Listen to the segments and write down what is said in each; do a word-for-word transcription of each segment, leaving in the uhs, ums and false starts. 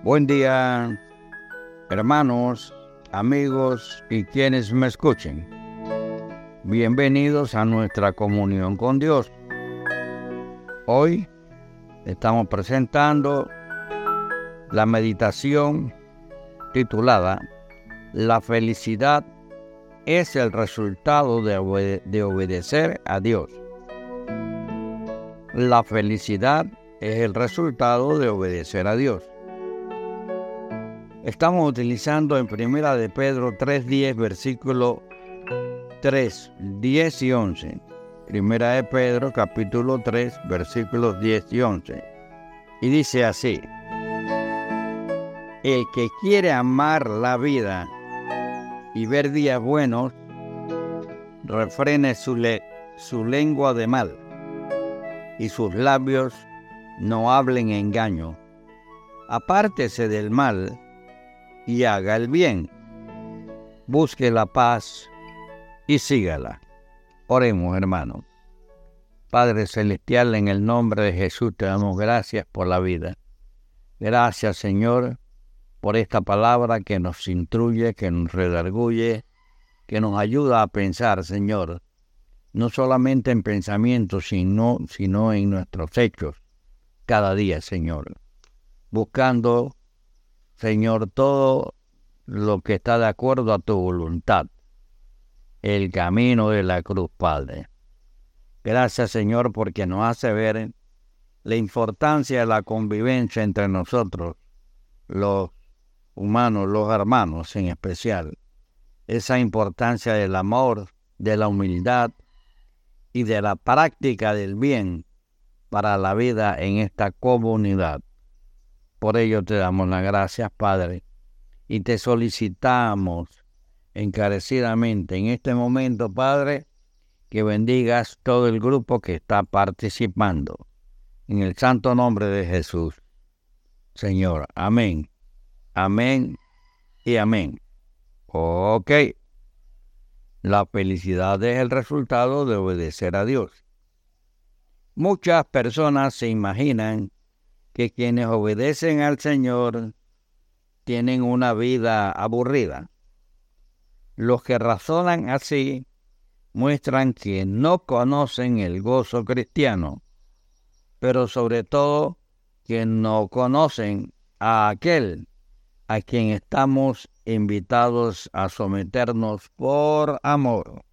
Buen día, hermanos, amigos y quienes me escuchen. Bienvenidos a nuestra comunión con Dios. Hoy estamos presentando la meditación titulada La felicidad es el resultado de, obede- de obedecer a Dios. La felicidad es el resultado de obedecer a Dios. Estamos utilizando en Primera de Pedro tres diez, versículo tres, diez y once. Primera de Pedro, capítulo tres, versículos diez y once. Y dice así: El que quiere amar la vida y ver días buenos, refrene su, le- su lengua de mal, y sus labios no hablen engaño. Apártese del mal y haga el bien. Busque la paz y sígala. Oremos, hermanos. Padre Celestial, en el nombre de Jesús te damos gracias por la vida. Gracias, Señor, por esta palabra que nos instruye, que nos redarguye, que nos ayuda a pensar, Señor, no solamente en pensamientos, sino, sino en nuestros hechos, cada día, Señor, buscando, Señor, todo lo que está de acuerdo a tu voluntad, el camino de la cruz, Padre. Gracias, Señor, porque nos hace ver la importancia de la convivencia entre nosotros, los humanos, los hermanos en especial, esa importancia del amor, de la humildad y de la práctica del bien para la vida en esta comunidad. Por ello te damos las gracias, Padre, y te solicitamos encarecidamente en este momento, Padre, que bendigas todo el grupo que está participando. En el santo nombre de Jesús, Señor. Amén. Amén y amén. Ok. La felicidad es el resultado de obedecer a Dios. Muchas personas se imaginan que quienes obedecen al Señor tienen una vida aburrida. Los que razonan así muestran que no conocen el gozo cristiano, pero sobre todo que no conocen a aquel a quien estamos invitados a someternos por amor.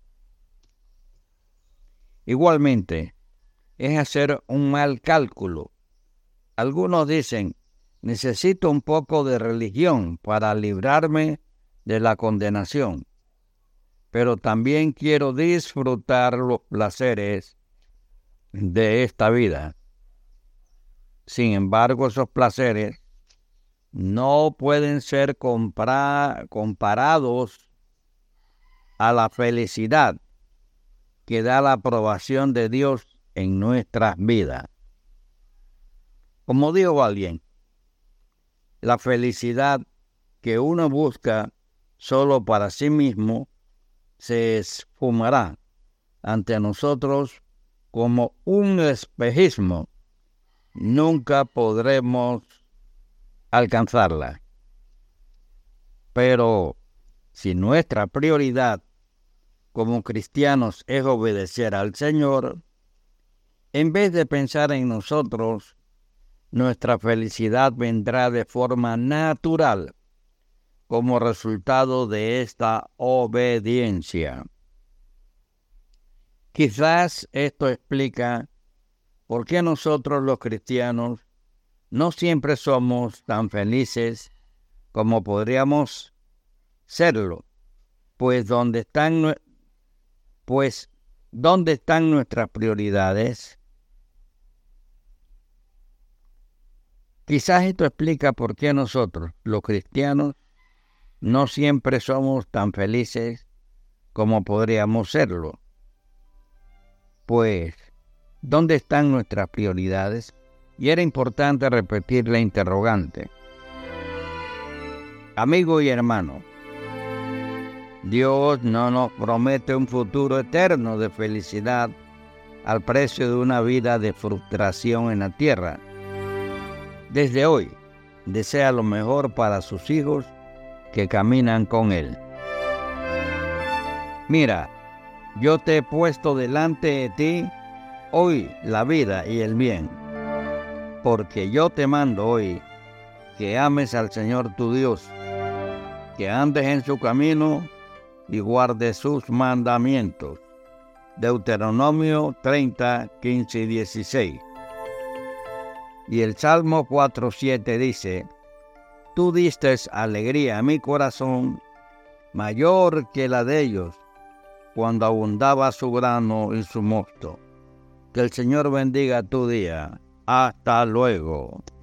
Igualmente, es hacer un mal cálculo. Algunos dicen, necesito un poco de religión para librarme de la condenación, pero también quiero disfrutar los placeres de esta vida. Sin embargo, esos placeres no pueden ser compra- comparados a la felicidad que da la aprobación de Dios en nuestras vidas. Como dijo alguien, la felicidad que uno busca solo para sí mismo se esfumará ante nosotros como un espejismo. Nunca podremos alcanzarla. Pero si nuestra prioridad como cristianos es obedecer al Señor, en vez de pensar en nosotros, nuestra felicidad vendrá de forma natural como resultado de esta obediencia. Quizás esto explica por qué nosotros los cristianos no siempre somos tan felices como podríamos serlo, pues ¿dónde están, nue- pues, ¿dónde están nuestras prioridades? Quizás esto explica por qué nosotros, los cristianos, no siempre somos tan felices como podríamos serlo. Pues, ¿dónde están nuestras prioridades? Y era importante repetir la interrogante. Amigo y hermano, Dios no nos promete un futuro eterno de felicidad al precio de una vida de frustración en la tierra. Desde hoy, desea lo mejor para sus hijos que caminan con Él. Mira, yo te he puesto delante de ti hoy la vida y el bien, porque yo te mando hoy que ames al Señor tu Dios, que andes en su camino y guardes sus mandamientos. Deuteronomio treinta, quince y dieciséis. Y el Salmo cuatro, siete dice: Tú diste alegría a mi corazón, mayor que la de ellos, cuando abundaba su grano y su mosto. Que el Señor bendiga tu día. Hasta luego.